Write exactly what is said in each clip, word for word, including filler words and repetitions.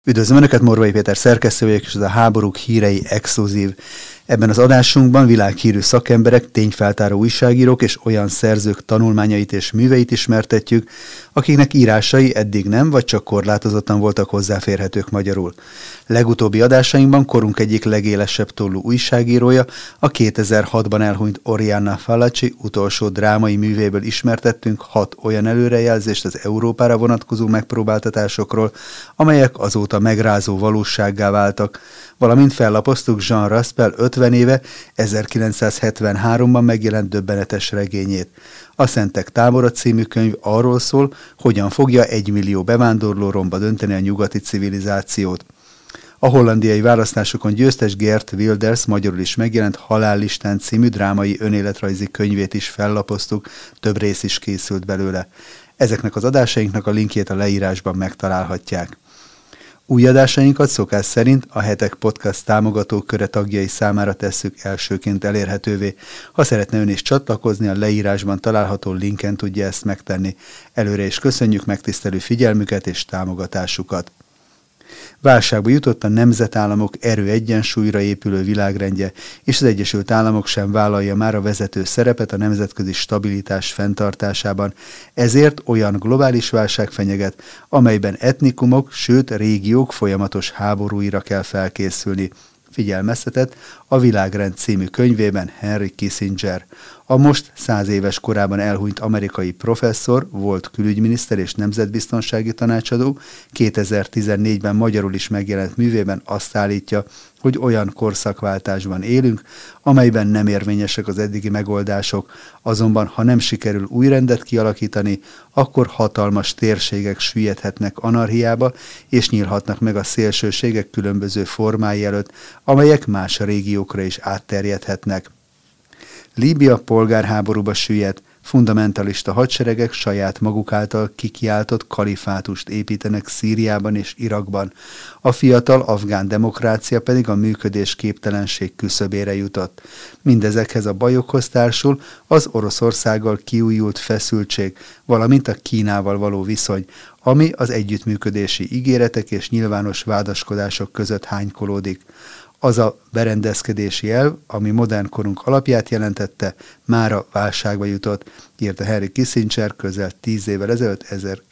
Üdvözlöm Önöket, Morvai Péter szerkesztő vagyok, és ez a Háborúk hírei exkluzív. Ebben az adásunkban világhírű szakemberek, tényfeltáró újságírók és olyan szerzők tanulmányait és műveit ismertetjük, akiknek írásai eddig nem, vagy csak korlátozottan voltak hozzáférhetők magyarul. Legutóbbi adásainkban korunk egyik legélesebb tollú újságírója, a kétezer-hatban elhunyt Oriana Fallaci utolsó drámai művéből ismertettünk hat olyan előrejelzést az Európára vonatkozó megpróbáltatásokról, amelyek azóta megrázó valósággá váltak, valamint fellapoztuk Jean Raspail ötven éve, ezerkilencszázhetvenháromban megjelent döbbenetes regényét. A Szentek tábora című könyv arról szól, hogyan fogja egymillió bevándorló romba dönteni a nyugati civilizációt. A hollandiai választásokon győztes Geert Wilders magyarul is megjelent Halállistán című drámai önéletrajzi könyvét is fellapoztuk, több rész is készült belőle. Ezeknek az adásainknak a linkjét a leírásban megtalálhatják. Új adásainkat szokás szerint a Hetek Podcast támogatóköre tagjai számára tesszük elsőként elérhetővé. Ha szeretne ön is csatlakozni, a leírásban található linken tudja ezt megtenni. Előre is köszönjük megtisztelő figyelmüket és támogatásukat. Válságba jutott a nemzetállamok erő-egyensúlyra épülő világrendje, és az Egyesült Államok sem vállalja már a vezető szerepet a nemzetközi stabilitás fenntartásában. Ezért olyan globális válság fenyeget, amelyben etnikumok, sőt régiók folyamatos háborúira kell felkészülni. Figyelmeztetett a Világrend című könyvében Henry Kissinger. A most száz éves korában elhunyt amerikai professzor, volt külügyminiszter és nemzetbiztonsági tanácsadó, kétezer-tizennégyben magyarul is megjelent művében azt állítja, hogy olyan korszakváltásban élünk, amelyben nem érvényesek az eddigi megoldások, azonban ha nem sikerül új rendet kialakítani, akkor hatalmas térségek süllyedhetnek anarchiába, és nyílhatnak meg a szélsőségek különböző formái előtt, amelyek más régiókra is átterjedhetnek. Líbia polgárháborúba süllyedt, fundamentalista hadseregek saját maguk által kikiáltott kalifátust építenek Szíriában és Irakban. A fiatal afgán demokrácia pedig a működés képtelenség küszöbére jutott. Mindezekhez a bajokhoz társul az Oroszországgal kiújult feszültség, valamint a Kínával való viszony, ami az együttműködési ígéretek és nyilvános vádaskodások között hánykolódik. Az a berendezkedési elv, ami modern korunk alapját jelentette, mára válságba jutott, írta Henry Kissinger közel tíz évvel ezelőtt,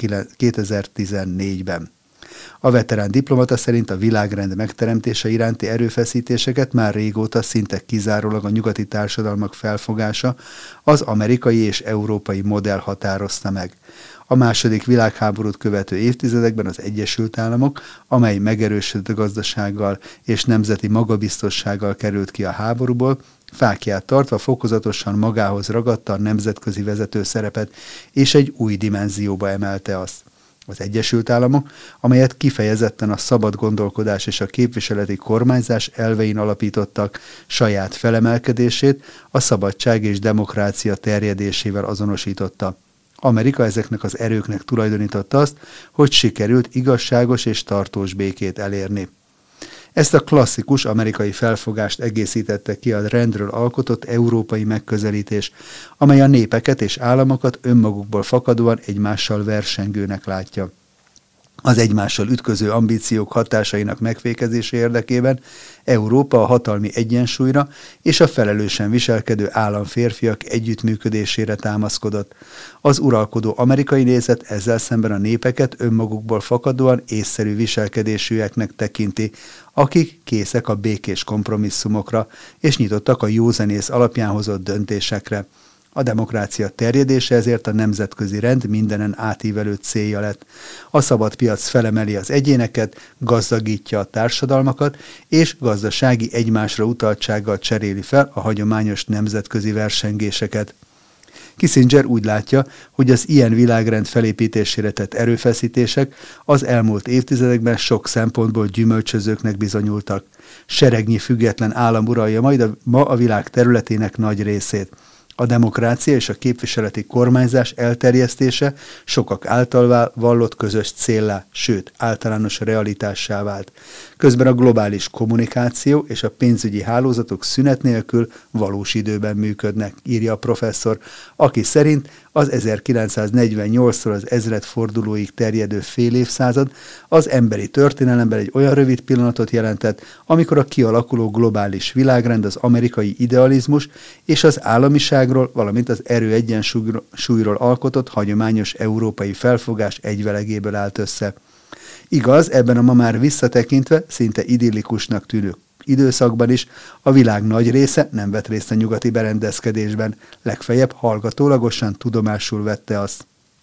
kétezer-tizennégyben. A veterán diplomata szerint a világrend megteremtése iránti erőfeszítéseket már régóta szinte kizárólag a nyugati társadalmak felfogása, az amerikai és európai modell határozta meg. A második világháborút követő évtizedekben az Egyesült Államok, amely megerősödött gazdasággal és nemzeti magabiztossággal került ki a háborúból, fáklyát tartva fokozatosan magához ragadta a nemzetközi vezető szerepet, és egy új dimenzióba emelte azt. Az Egyesült Államok, amelyet kifejezetten a szabad gondolkodás és a képviseleti kormányzás elvein alapítottak, saját felemelkedését a szabadság és demokrácia terjedésével azonosította. Amerika ezeknek az erőknek tulajdonította azt, hogy sikerült igazságos és tartós békét elérni. Ezt a klasszikus amerikai felfogást egészítette ki a rendről alkotott európai megközelítés, amely a népeket és államokat önmagukból fakadóan egymással versengőnek látja. Az egymással ütköző ambíciók hatásainak megfékezése érdekében Európa a hatalmi egyensúlyra és a felelősen viselkedő államférfiak együttműködésére támaszkodott. Az uralkodó amerikai nézet ezzel szemben a népeket önmagukból fakadóan észszerű viselkedésűeknek tekinti, akik készek a békés kompromisszumokra és nyitottak a józanész alapján hozott döntésekre. A demokrácia terjedése ezért a nemzetközi rend mindenen átívelő célja lett. A szabad piac felemeli az egyéneket, gazdagítja a társadalmakat, és gazdasági egymásra utaltsággal cseréli fel a hagyományos nemzetközi versengéseket. Kissinger úgy látja, hogy az ilyen világrend felépítésére tett erőfeszítések az elmúlt évtizedekben sok szempontból gyümölcsözőknek bizonyultak. Seregnyi független állam uralja majd a, ma a világ területének nagy részét. A demokrácia és a képviseleti kormányzás elterjesztése sokak által vallott közös céllá, sőt általános realitássá vált. Közben a globális kommunikáció és a pénzügyi hálózatok szünet nélkül valós időben működnek, írja a professzor, aki szerint az ezerkilencszáznegyvennyolctól az ezredfordulóig terjedő fél évszázad az emberi történelemben egy olyan rövid pillanatot jelentett, amikor a kialakuló globális világrend az amerikai idealizmus és az államiságról, valamint az erő egyensúlyról alkotott hagyományos európai felfogás egyvelegéből állt össze. Igaz, ebben a ma már visszatekintve szinte idillikusnak tűnő időszakban is a világ nagy része nem vett részt a nyugati berendezkedésben, legfeljebb hallgatólagosan tudomásul vette azt.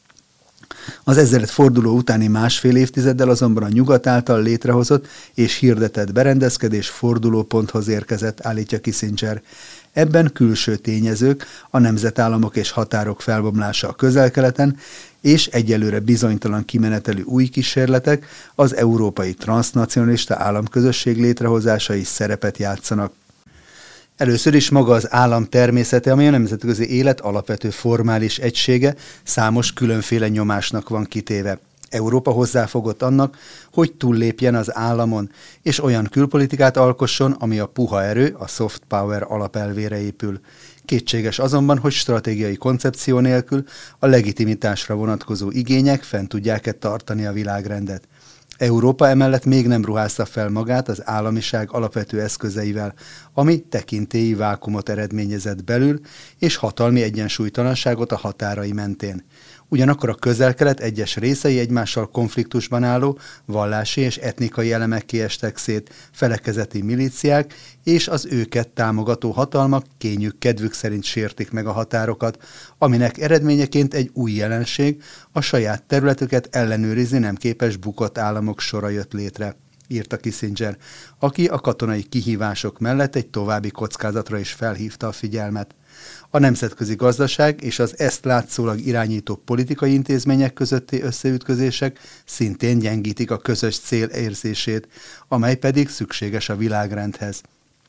Az ezredforduló utáni másfél évtizeddel azonban a nyugat által létrehozott és hirdetett berendezkedés fordulóponthoz érkezett, állítja Kissinger. Ebben külső tényezők, a nemzetállamok és határok felbomlása a Közel-Keleten, és egyelőre bizonytalan kimenetelű új kísérletek, az európai transznacionalista államközösség létrehozása is szerepet játszanak. Először is maga az állam természete, amely a nemzetközi élet alapvető formális egysége, számos különféle nyomásnak van kitéve. Európa hozzáfogott annak, hogy túllépjen az államon, és olyan külpolitikát alkosson, ami a puha erő, a soft power alapelvére épül. Kétséges azonban, hogy stratégiai koncepció nélkül a legitimitásra vonatkozó igények fent tudják-e tartani a világrendet. Európa emellett még nem ruházta fel magát az államiság alapvető eszközeivel, ami tekintélyi vákumot eredményezett belül, és hatalmi egyensúlytalanságot a határai mentén. Ugyanakkor a Közel-Kelet egyes részei egymással konfliktusban álló vallási és etnikai elemek kiestek szét, felekezeti milíciák és az őket támogató hatalmak kényük kedvük szerint sértik meg a határokat, aminek eredményeként egy új jelenség, a saját területüket ellenőrizni nem képes bukott államok sora jött létre, írta Kissinger, aki a katonai kihívások mellett egy további kockázatra is felhívta a figyelmet. A nemzetközi gazdaság és az ezt látszólag irányító politikai intézmények közötti összeütközések szintén gyengítik a közös cél érzését, amely pedig szükséges a világrendhez.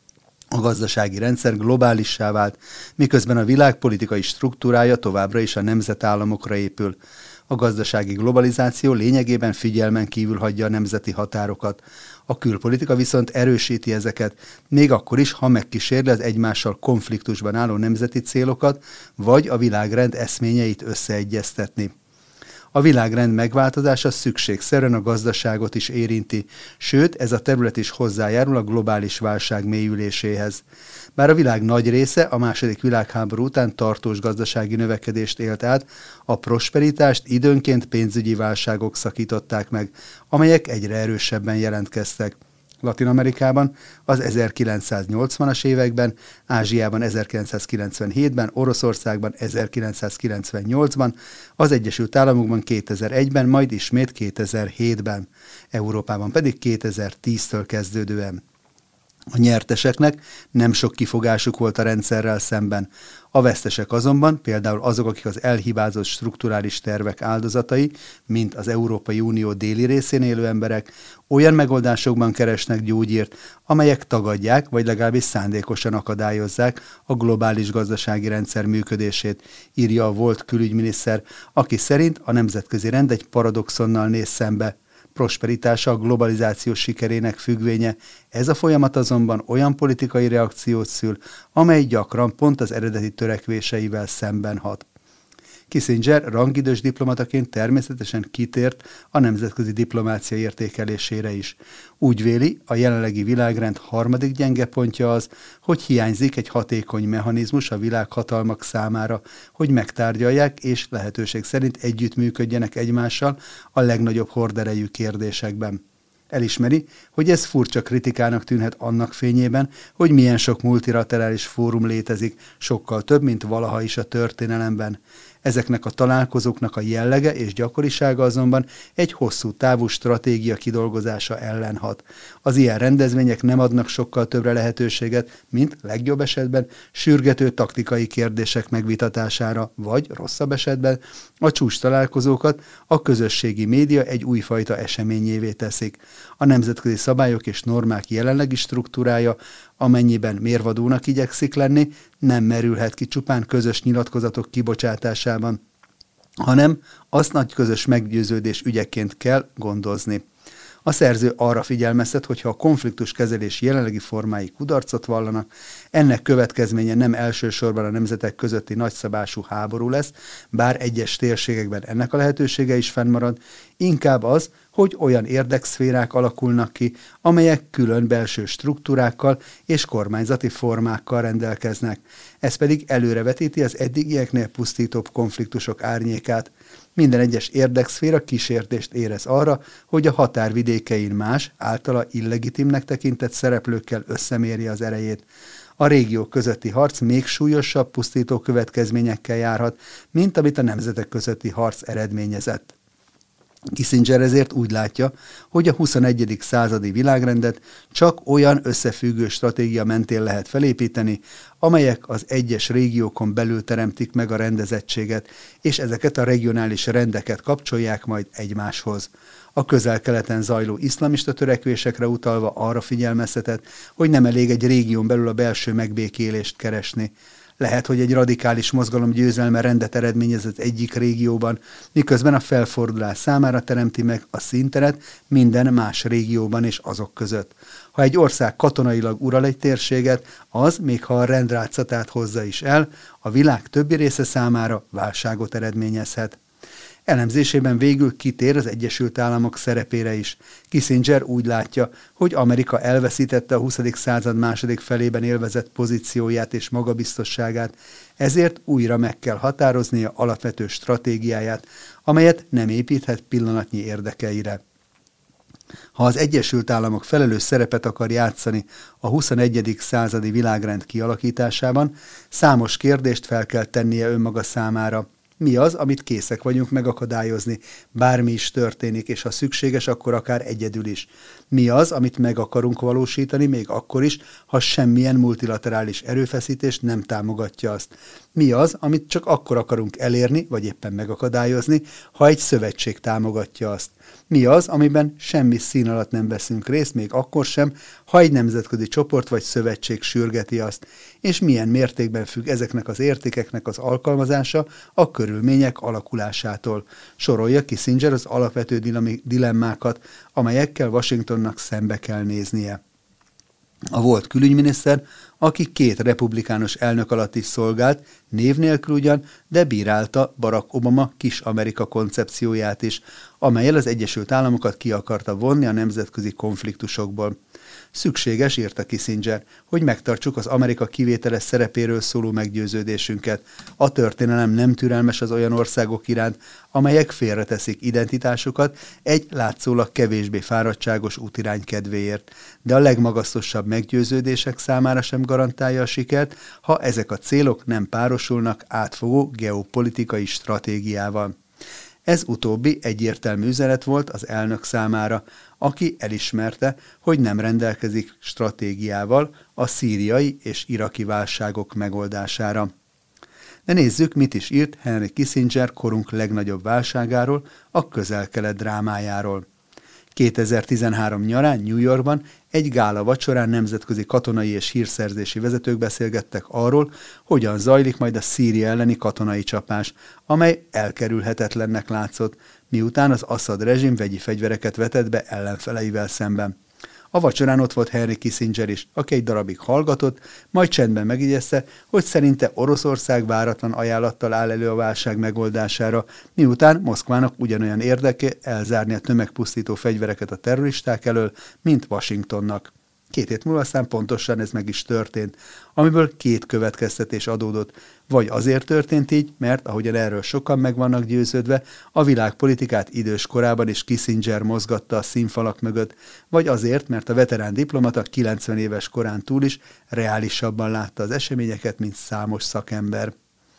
A gazdasági rendszer globálissá vált, miközben a világpolitikai struktúrája továbbra is a nemzetállamokra épül. A gazdasági globalizáció lényegében figyelmen kívül hagyja a nemzeti határokat. A külpolitika viszont erősíti ezeket, még akkor is, ha megkísérli az egymással konfliktusban álló nemzeti célokat, vagy a világrend eszményeit összeegyeztetni. A világrend megváltozása szükségszerűen a gazdaságot is érinti, sőt, ez a terület is hozzájárul a globális válság mélyüléséhez. Bár a világ nagy része a második világháború után tartós gazdasági növekedést élt át, a prosperitást időnként pénzügyi válságok szakították meg, amelyek egyre erősebben jelentkeztek. Latin-Amerikában az ezerkilencszáznyolcvanas években, Ázsiában ezerkilencszázkilencvenhétben, Oroszországban ezerkilencszázkilencvennyolcban, az Egyesült Államokban kétezer-egyben, majd ismét kétezer-hétben, Európában pedig kétezer-tíztől kezdődően. A nyerteseknek nem sok kifogásuk volt a rendszerrel szemben. A vesztesek azonban, például azok, akik az elhibázott strukturális tervek áldozatai, mint az Európai Unió déli részén élő emberek, olyan megoldásokban keresnek gyógyírt, amelyek tagadják, vagy legalábbis szándékosan akadályozzák a globális gazdasági rendszer működését, írja a volt külügyminiszter, aki szerint a nemzetközi rend egy paradoxonnal néz szembe. Prosperitása a globalizáció sikerének függvénye, ez a folyamat azonban olyan politikai reakciót szül, amely gyakran pont az eredeti törekvéseivel szemben hat. Kissinger rangidős diplomataként természetesen kitért a nemzetközi diplomácia értékelésére is. Úgy véli, a jelenlegi világrend harmadik gyenge pontja az, hogy hiányzik egy hatékony mechanizmus a világhatalmak számára, hogy megtárgyalják és lehetőség szerint együttműködjenek egymással a legnagyobb horderejű kérdésekben. Elismeri, hogy ez furcsa kritikának tűnhet annak fényében, hogy milyen sok multilaterális fórum létezik, sokkal több, mint valaha is a történelemben. Ezeknek a találkozóknak a jellege és gyakorisága azonban egy hosszú távú stratégia kidolgozása ellen hat. Az ilyen rendezvények nem adnak sokkal többre lehetőséget, mint legjobb esetben sürgető taktikai kérdések megvitatására, vagy rosszabb esetben a csúcs találkozókat a közösségi média egy újfajta eseményévé teszik. A nemzetközi szabályok és normák jelenlegi struktúrája, amennyiben mérvadónak igyekszik lenni, nem merülhet ki csupán közös nyilatkozatok kibocsátásában, hanem azt nagy közös meggyőződés ügyeként kell gondozni. A szerző arra figyelmeztet, hogy ha a konfliktus kezelés jelenlegi formái kudarcot vallanak, ennek következménye nem elsősorban a nemzetek közötti nagyszabású háború lesz, bár egyes térségekben ennek a lehetősége is fennmarad, inkább az, hogy olyan érdekszférák alakulnak ki, amelyek külön belső struktúrákkal és kormányzati formákkal rendelkeznek. Ez pedig előrevetíti az eddigieknél pusztítóbb konfliktusok árnyékát. Minden egyes érdekszféra kísértést érez arra, hogy a határvidékein más, általa illegitimnek tekintett szereplőkkel összemérje az erejét. A régiók közötti harc még súlyosabb, pusztító következményekkel járhat, mint amit a nemzetek közötti harc eredményezett. Kissinger ezért úgy látja, hogy a huszonegyedik századi világrendet csak olyan összefüggő stratégia mentén lehet felépíteni, amelyek az egyes régiókon belül teremtik meg a rendezettséget, és ezeket a regionális rendeket kapcsolják majd egymáshoz. A Közel-Keleten zajló iszlamista törekvésekre utalva arra figyelmeztetett, hogy nem elég egy régión belül a belső megbékélést keresni. Lehet, hogy egy radikális mozgalom győzelme rendet eredményez az egyik régióban, miközben a felfordulás számára teremti meg a színteret minden más régióban és azok között. Ha egy ország katonailag ural egy térséget, az, még ha a rendrátszatát hozza is el, a világ többi része számára válságot eredményezhet. Elemzésében végül kitér az Egyesült Államok szerepére is. Kissinger úgy látja, hogy Amerika elveszítette a huszadik század második felében élvezett pozícióját és magabiztosságát, ezért újra meg kell határoznia alapvető stratégiáját, amelyet nem építhet pillanatnyi érdekeire. Ha az Egyesült Államok felelős szerepet akar játszani a huszonegyedik századi világrend kialakításában, számos kérdést fel kell tennie önmaga számára. Mi az, amit készek vagyunk megakadályozni, bármi is történik, és ha szükséges, akkor akár egyedül is. Mi az, amit meg akarunk valósítani, még akkor is, ha semmilyen multilaterális erőfeszítés nem támogatja azt. Mi az, amit csak akkor akarunk elérni, vagy éppen megakadályozni, ha egy szövetség támogatja azt. Mi az, amiben semmi szín alatt nem veszünk részt, még akkor sem, ha egy nemzetközi csoport vagy szövetség sürgeti azt, és milyen mértékben függ ezeknek az értékeknek az alkalmazása a körülmények alakulásától. Sorolja Kissinger az alapvető dilemmákat, amelyekkel Washingtonnak szembe kell néznie. A volt külügyminiszter, aki két republikánus elnök alatt is szolgált, név nélkül ugyan, de bírálta Barack Obama kis Amerika koncepcióját is, amellyel az Egyesült Államokat ki akarta vonni a nemzetközi konfliktusokból. Szükséges, írta Kissinger, hogy megtartsuk az Amerika kivételes szerepéről szóló meggyőződésünket. A történelem nem türelmes az olyan országok iránt, amelyek félreteszik identitásukat egy látszólag kevésbé fáradtságos útirány kedvéért, de a legmagasztosabb meggyőződések számára sem garantálja a sikert, ha ezek a célok nem párosulnak átfogó geopolitikai stratégiával. Ez utóbbi egyértelmű üzenet volt az elnök számára, aki elismerte, hogy nem rendelkezik stratégiával a szíriai és iraki válságok megoldására. De nézzük, mit is írt Henry Kissinger korunk legnagyobb válságáról, a Közel-Kelet drámájáról. kétezer-tizenhárom nyarán New Yorkban egy gála vacsorán nemzetközi katonai és hírszerzési vezetők beszélgettek arról, hogyan zajlik majd a Szíria elleni katonai csapás, amely elkerülhetetlennek látszott, miután az Assad rezsim vegyi fegyvereket vetett be ellenfeleivel szemben. A vacsorán ott volt Henry Kissinger is, aki egy darabig hallgatott, majd csendben megjegyezte, hogy szerinte Oroszország váratlan ajánlattal áll elő a válság megoldására, miután Moszkvának ugyanolyan érdeke elzárni a tömegpusztító fegyvereket a terroristák elől, mint Washingtonnak. Két hét múlva aztán pontosan ez meg is történt, amiből két következtetés adódott. Vagy azért történt így, mert, ahogyan erről sokan meg vannak győződve, a világpolitikát idős korában is Kissinger mozgatta a színfalak mögött, vagy azért, mert a veterán diplomata kilencven éves korán túl is reálisabban látta az eseményeket, mint számos szakember.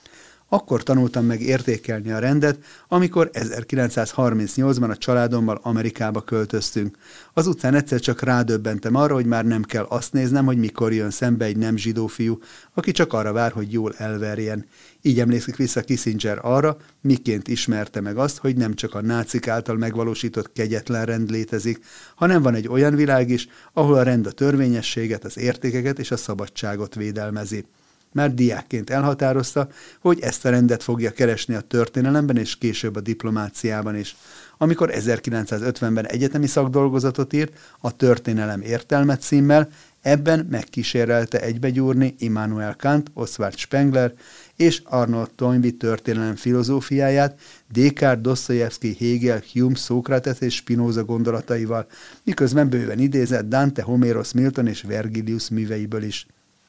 Akkor tanultam meg értékelni a rendet, amikor ezerkilencszázharmincnyolcban a családommal Amerikába költöztünk. Az utcán egyszer csak rádöbbentem arra, hogy már nem kell azt néznem, hogy mikor jön szembe egy nem zsidó fiú, aki csak arra vár, hogy jól elverjen. Így emlékszik vissza Kissinger arra, miként ismerte meg azt, hogy nem csak a nácik által megvalósított kegyetlen rend létezik, hanem van egy olyan világ is, ahol a rend a törvényességet, az értékeket és a szabadságot védelmezi. már diákként elhatározta, hogy ezt a rendet fogja keresni a történelemben és később a diplomáciában is. Amikor ezerkilencszázötvenben egyetemi szakdolgozatot írt, a Történelem értelme címmel, ebben megkísérelte egybegyúrni Immanuel Kant, Oswald Spengler és Arnold Toynbee történelem filozófiáját, Descartes, Dostoyevsky, Hegel, Hume, Szókrates és Spinoza gondolataival, miközben bőven idézett Dante, Homérosz, Milton és Vergilius műveiből is.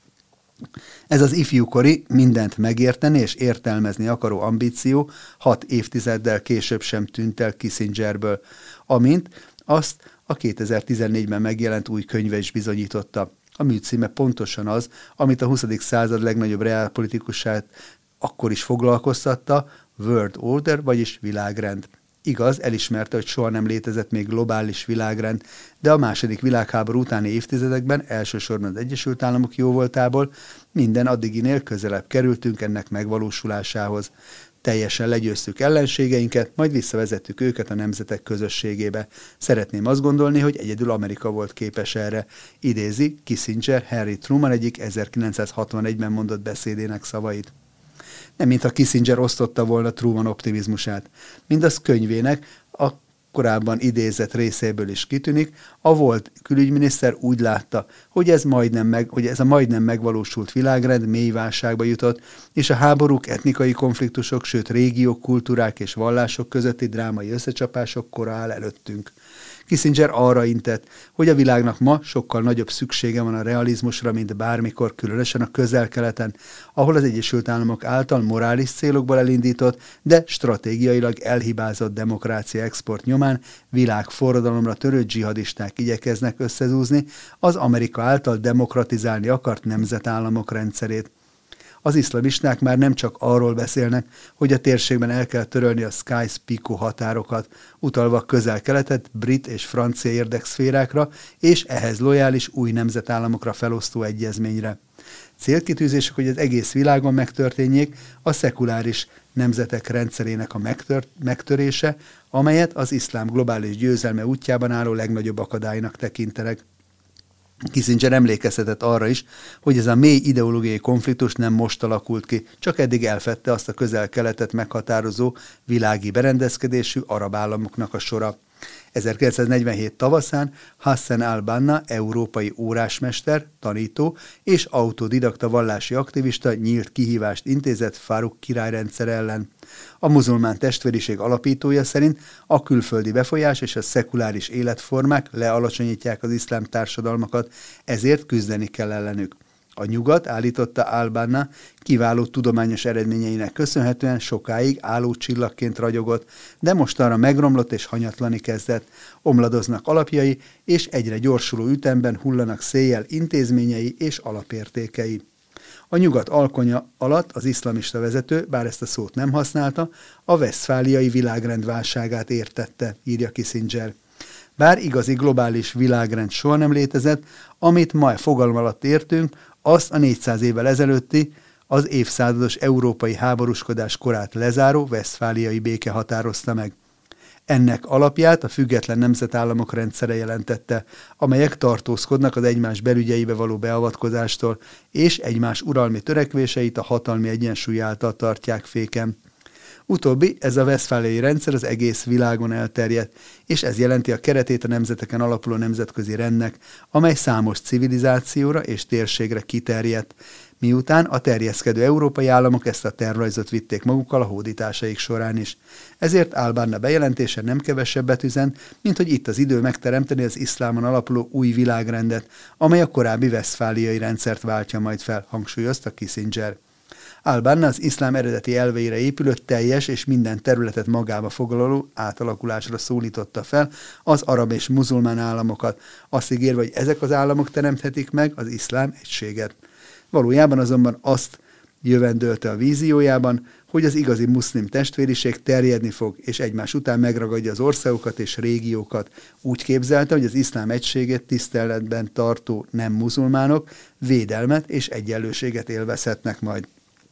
Ez az ifjúkori, mindent megérteni és értelmezni akaró ambíció hat évtizeddel később sem tűnt el Kissingerből, amint azt a kétezer-tizennégyben megjelent új könyve is bizonyította. A mű címe pontosan az, amit a huszadik század legnagyobb reálpolitikusát akkor is foglalkoztatta, World Order, vagyis világrend. Igaz, elismerte, hogy soha nem létezett még globális világrend, de a második világháború utáni évtizedekben, elsősorban az Egyesült Államok jóvoltából, minden addiginél közelebb kerültünk ennek megvalósulásához. Teljesen legyőztük ellenségeinket, majd visszavezettük őket a nemzetek közösségébe. Szeretném azt gondolni, hogy egyedül Amerika volt képes erre. Idézi Kissinger Harry Truman egyik ezerkilencszázhatvanegyben mondott beszédének szavait. Nem mintha Kissinger osztotta volna Truman optimizmusát. Mindaz könyvének a korábban idézett részéből is kitűnik, a volt külügyminiszter úgy látta, hogy ez, majdnem meg, hogy ez a majdnem megvalósult világrend mély válságba jutott, és a háborúk, etnikai konfliktusok, sőt régiók, kultúrák és vallások közötti drámai összecsapások kora áll előttünk. Kissinger arra intett, hogy a világnak ma sokkal nagyobb szüksége van a realizmusra, mint bármikor, különösen a Közel-Keleten, ahol az Egyesült Államok által morális célokból elindított, de stratégiailag elhibázott demokrácia export nyomán világforradalomra törő dzsihadisták igyekeznek összezúzni az Amerika által demokratizálni akart nemzetállamok rendszerét. Az iszlamisták már nem csak arról beszélnek, hogy a térségben el kell törölni a Sykes-Picot határokat, utalva Közel-Keletet brit és francia érdekszférákra és ehhez lojális új nemzetállamokra felosztó egyezményre. Célkitűzésük, hogy az egész világon megtörténjék a szekuláris nemzetek rendszerének a megtör- megtörése, amelyet az iszlám globális győzelme útjában álló legnagyobb akadálynak tekintenek. Kissinger emlékeztetett arra is, hogy ez a mély ideológiai konfliktus nem most alakult ki, csak eddig elfedte azt a Közel-Keletet meghatározó világi berendezkedésű arab államoknak a sora. ezerkilencszáznegyvenhét tavaszán Hassan al-Banna, európai órásmester, tanító és autodidakta vallási aktivista nyílt kihívást intézett Faruk királyrendszer ellen. A muzulmán testvériség alapítója szerint a külföldi befolyás és a szekuláris életformák lealacsonyítják az iszlám társadalmakat, ezért küzdeni kell ellenük. A nyugat, állította al-Banna, kiváló tudományos eredményeinek köszönhetően sokáig álló csillagként ragyogott, de mostanra megromlott és hanyatlani kezdett. Omladoznak alapjai, és egyre gyorsuló ütemben hullanak széjjel intézményei és alapértékei. A nyugat alkonya alatt az iszlamista vezető, bár ezt a szót nem használta, a vesztfáliai világrend válságát értette, írja Kissinger. Bár igazi globális világrend soha nem létezett, amit ma fogalom alatt értünk, azt a négyszáz évvel ezelőtti, az évszázados európai háborúskodás korát lezáró vesztfáliai béke határozta meg. Ennek alapját a független nemzetállamok rendszere jelentette, amelyek tartózkodnak az egymás belügyeibe való beavatkozástól, és egymás uralmi törekvéseit a hatalmi egyensúly által tartják féken. Utóbbi, ez a vesztfáliai rendszer az egész világon elterjedt, és ez jelenti a keretét a nemzeteken alapuló nemzetközi rendnek, amely számos civilizációra és térségre kiterjedt, miután a terjeszkedő európai államok ezt a tervrajzot vitték magukkal a hódításaik során is. Ezért al-Banna bejelentése nem kevesebbet üzent, mint hogy itt az idő megteremteni az iszlámon alapuló új világrendet, amely a korábbi vesztfáliai rendszert váltja majd fel, hangsúlyozta Kissinger. Al-Banna az iszlám eredeti elveire épülő teljes és minden területet magába foglaló átalakulásra szólította fel az arab és muzulmán államokat, azt ígérve, hogy ezek az államok teremthetik meg az iszlám egységet. Valójában azonban azt jövendölte a víziójában, hogy az igazi muszlim testvériség terjedni fog, és egymás után megragadja az országokat és régiókat. Úgy képzelte, hogy az iszlám egységet tiszteletben tartó nem muzulmánok védelmet és egyenlőséget élvezhetnek majd.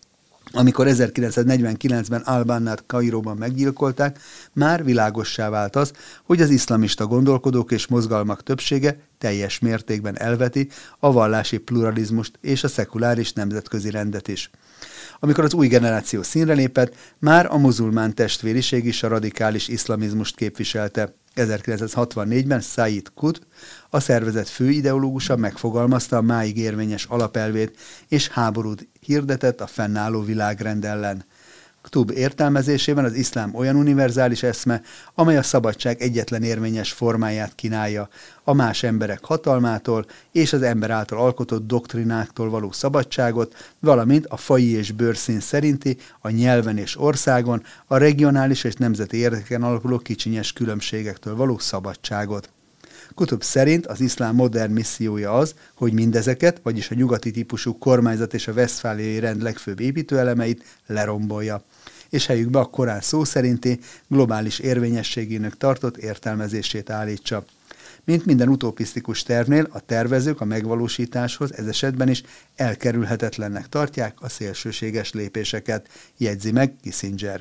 Amikor ezerkilencszáznegyvenkilencben Al-Bannát Kairóban meggyilkolták, már világossá vált az, hogy az iszlamista gondolkodók és mozgalmak többsége teljes mértékben elveti a vallási pluralizmust és a szekuláris nemzetközi rendet is. Amikor az új generáció színre lépett, már a muzulmán testvériség is a radikális iszlamizmust képviselte. ezerkilencszázhatvannégyben Said Qutb, a szervezet főideológusa megfogalmazta a máig érvényes alapelvét, és háborút hirdetett a fennálló világrend ellen. Qutb értelmezésében az iszlám olyan univerzális eszme, amely a szabadság egyetlen érvényes formáját kínálja, a más emberek hatalmától és az ember által alkotott doktrináktól való szabadságot, valamint a faji és bőrszín szerinti, a nyelven és országon, a regionális és nemzeti érdeken alapuló kicsinyes különbségektől való szabadságot. Qutb szerint az iszlám modern missziója az, hogy mindezeket, vagyis a nyugati típusú kormányzat és a vesztfáliai rend legfőbb építőelemeit lerombolja, és helyükbe a Korán szó szerinti globális érvényességének tartott értelmezését állítsa. Mint minden utopisztikus tervnél, a tervezők a megvalósításhoz ez esetben is elkerülhetetlennek tartják a szélsőséges lépéseket, jegyzi meg Kissinger.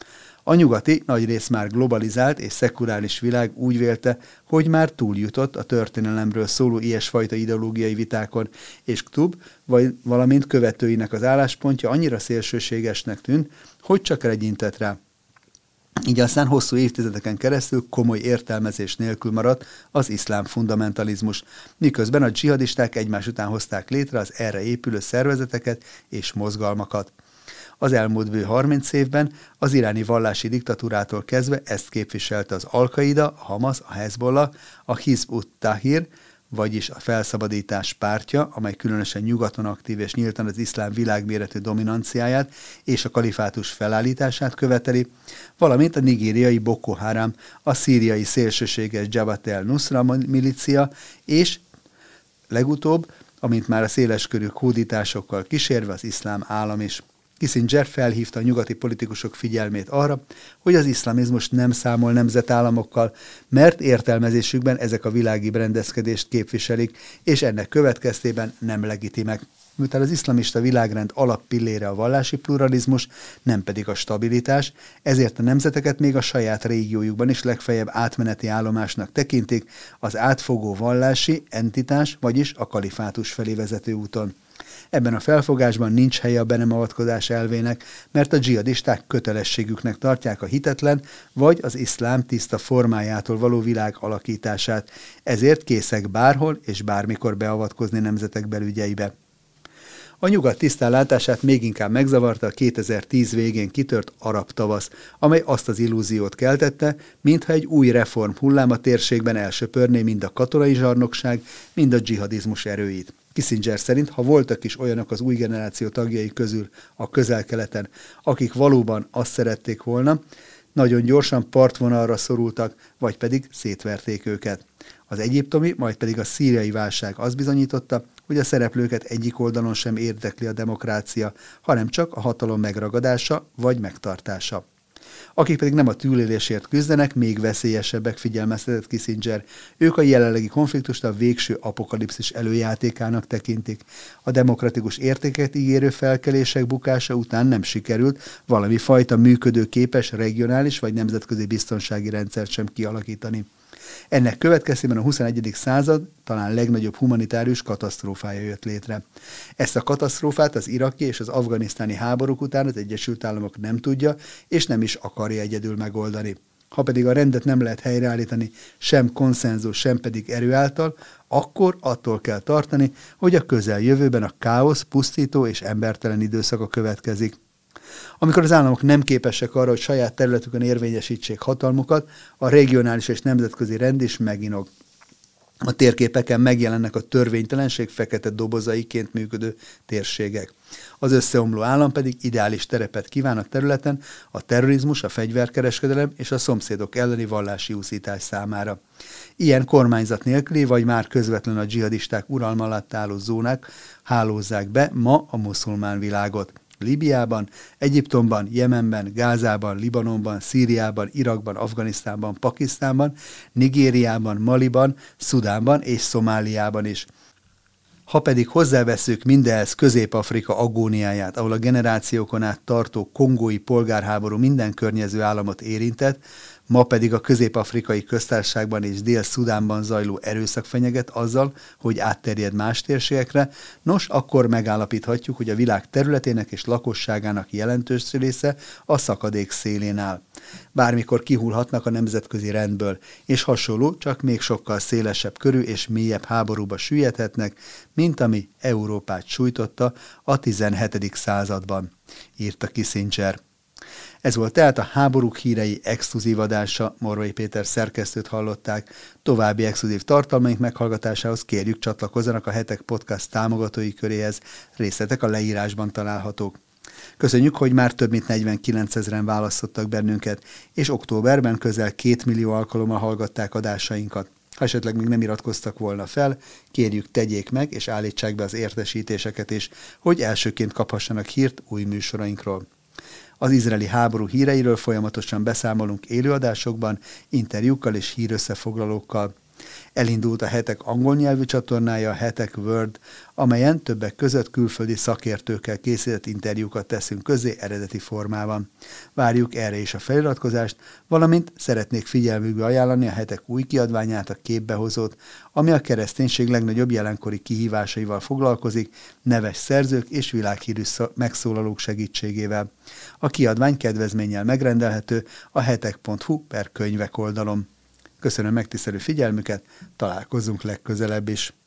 A nyugati, nagyrészt már globalizált és szekuláris világ úgy vélte, hogy már túljutott a történelemről szóló ilyesfajta ideológiai vitákon, és Qutb, vagy valamint követőinek az álláspontja annyira szélsőségesnek tűnt, hogy csak legyintett rá. Így aztán hosszú évtizedeken keresztül komoly értelmezés nélkül maradt az iszlám fundamentalizmus, miközben a dzsihadisták egymás után hozták létre az erre épülő szervezeteket és mozgalmakat. Az elmúlt bő harminc évben az iráni vallási diktatúrától kezdve ezt képviselte az Al-Qaida, a Hamas, a Hezbollah, a Hizb ut-Tahrir, vagyis a felszabadítás pártja, amely különösen nyugaton aktív és nyíltan az iszlám világméretű dominanciáját és a kalifátus felállítását követeli, valamint a nigériai Boko Haram, a szíriai szélsőséges Jabhat el-Nusra milícia, és legutóbb, amint már a széleskörű hódításokkal kísérve az iszlám állam is. Kissinger felhívta a nyugati politikusok figyelmét arra, hogy az iszlamizmus nem számol nemzetállamokkal, mert értelmezésükben ezek a világi berendezkedést képviselik, és ennek következtében nem legitimek. Miután az iszlamista világrend alappillére a vallási pluralizmus, nem pedig a stabilitás, ezért a nemzeteket még a saját régiójukban is legfeljebb átmeneti állomásnak tekintik az átfogó vallási entitás, vagyis a kalifátus felé vezető úton. Ebben a felfogásban nincs helye a be nem avatkozás elvének, mert a dzsihadisták kötelességüknek tartják a hitetlen vagy az iszlám tiszta formájától való világ alakítását, ezért készek bárhol és bármikor beavatkozni nemzetek belügyeibe. A nyugat tisztánlátását még inkább megzavarta a kétezer-tíz végén kitört arab tavasz, amely azt az illúziót keltette, mintha egy új reform hullám a térségben elsöpörné mind a katonai zsarnokság, mind a dzsihadizmus erőit. Kissinger szerint, ha voltak is olyanok az új generáció tagjai közül a Közel-Keleten, akik valóban azt szerették volna, nagyon gyorsan partvonalra szorultak, vagy pedig szétverték őket. Az egyiptomi, majd pedig a szíriai válság azt bizonyította, hogy a szereplőket egyik oldalon sem érdekli a demokrácia, hanem csak a hatalom megragadása vagy megtartása. Akik pedig nem a túlélésért küzdenek, még veszélyesebbek, figyelmeztetett Kissinger. Ők a jelenlegi konfliktust a végső apokalipszis előjátékának tekintik. A demokratikus értéket ígérő felkelések bukása után nem sikerült valami fajta működőképes regionális vagy nemzetközi biztonsági rendszert sem kialakítani. Ennek következtében a huszonegyedik század talán legnagyobb humanitárius katasztrófája jött létre. Ezt a katasztrófát az iraki és az afganisztáni háborúk után az Egyesült Államok nem tudja és nem is akarja egyedül megoldani. Ha pedig a rendet nem lehet helyreállítani sem konszenzus, sem pedig erő által, akkor attól kell tartani, hogy a közeljövőben a káosz, pusztító és embertelen időszaka következik. Amikor az államok nem képesek arra, hogy saját területükön érvényesítsék hatalmukat, a regionális és nemzetközi rend is meginog. A térképeken megjelennek a törvénytelenség fekete dobozaiként működő térségek. Az összeomló állam pedig ideális terepet kíván a területen a terrorizmus, a fegyverkereskedelem és a szomszédok elleni vallási úszítás számára. Ilyen kormányzat nélküli, vagy már közvetlen a dzsihadisták uralma alatt álló zónák hálózzák be ma a muszulmán világot. Líbiában, Egyiptomban, Jemenben, Gázában, Libanonban, Szíriában, Irakban, Afganisztánban, Pakisztánban, Nigériában, Maliban, Szudánban és Szomáliában is. Ha pedig hozzáveszünk mindehhez Közép-Afrika agóniáját, ahol a generációkon át tartó kongói polgárháború minden környező államot érintett, ma pedig a Közép-Afrikai Köztársaságban és Dél-Szudánban zajló erőszak fenyeget azzal, hogy átterjed más térségekre, nos, akkor megállapíthatjuk, hogy a világ területének és lakosságának jelentős része a szakadék szélén áll. Bármikor kihullhatnak a nemzetközi rendből, és hasonló, csak még sokkal szélesebb körű és mélyebb háborúba süllyedhetnek, mint ami Európát sújtotta a tizenhetedik században, írta Kissinger. Ez volt tehát a Háborúk hírei exkluzív adása, Morvai Péter szerkesztőt hallották. További exkluzív tartalmaink meghallgatásához kérjük csatlakozzanak a Hetek Podcast támogatói köréhez, részletek a leírásban találhatók. Köszönjük, hogy már több mint negyvenkilencezren választottak bennünket, és októberben közel két millió alkalommal hallgatták adásainkat. Ha esetleg még nem iratkoztak volna fel, kérjük tegyék meg, és állítsák be az értesítéseket is, hogy elsőként kaphassanak hírt új műsorainkról. Az izraeli háború híreiről folyamatosan beszámolunk élőadásokban, interjúkkal és hírösszefoglalókkal. Elindult a Hetek angol nyelvű csatornája, a Hetek World, amelyen többek között külföldi szakértőkkel készített interjúkat teszünk közzé eredeti formában. Várjuk erre is a feliratkozást, valamint szeretnék figyelmükbe ajánlani a Hetek új kiadványát, a Képbehozót, ami a kereszténység legnagyobb jelenkori kihívásaival foglalkozik, neves szerzők és világhírű megszólalók segítségével. A kiadvány kedvezménnyel megrendelhető a hetek pont hu per könyvek oldalon. Köszönöm megtisztelő figyelmüket, találkozzunk legközelebb is.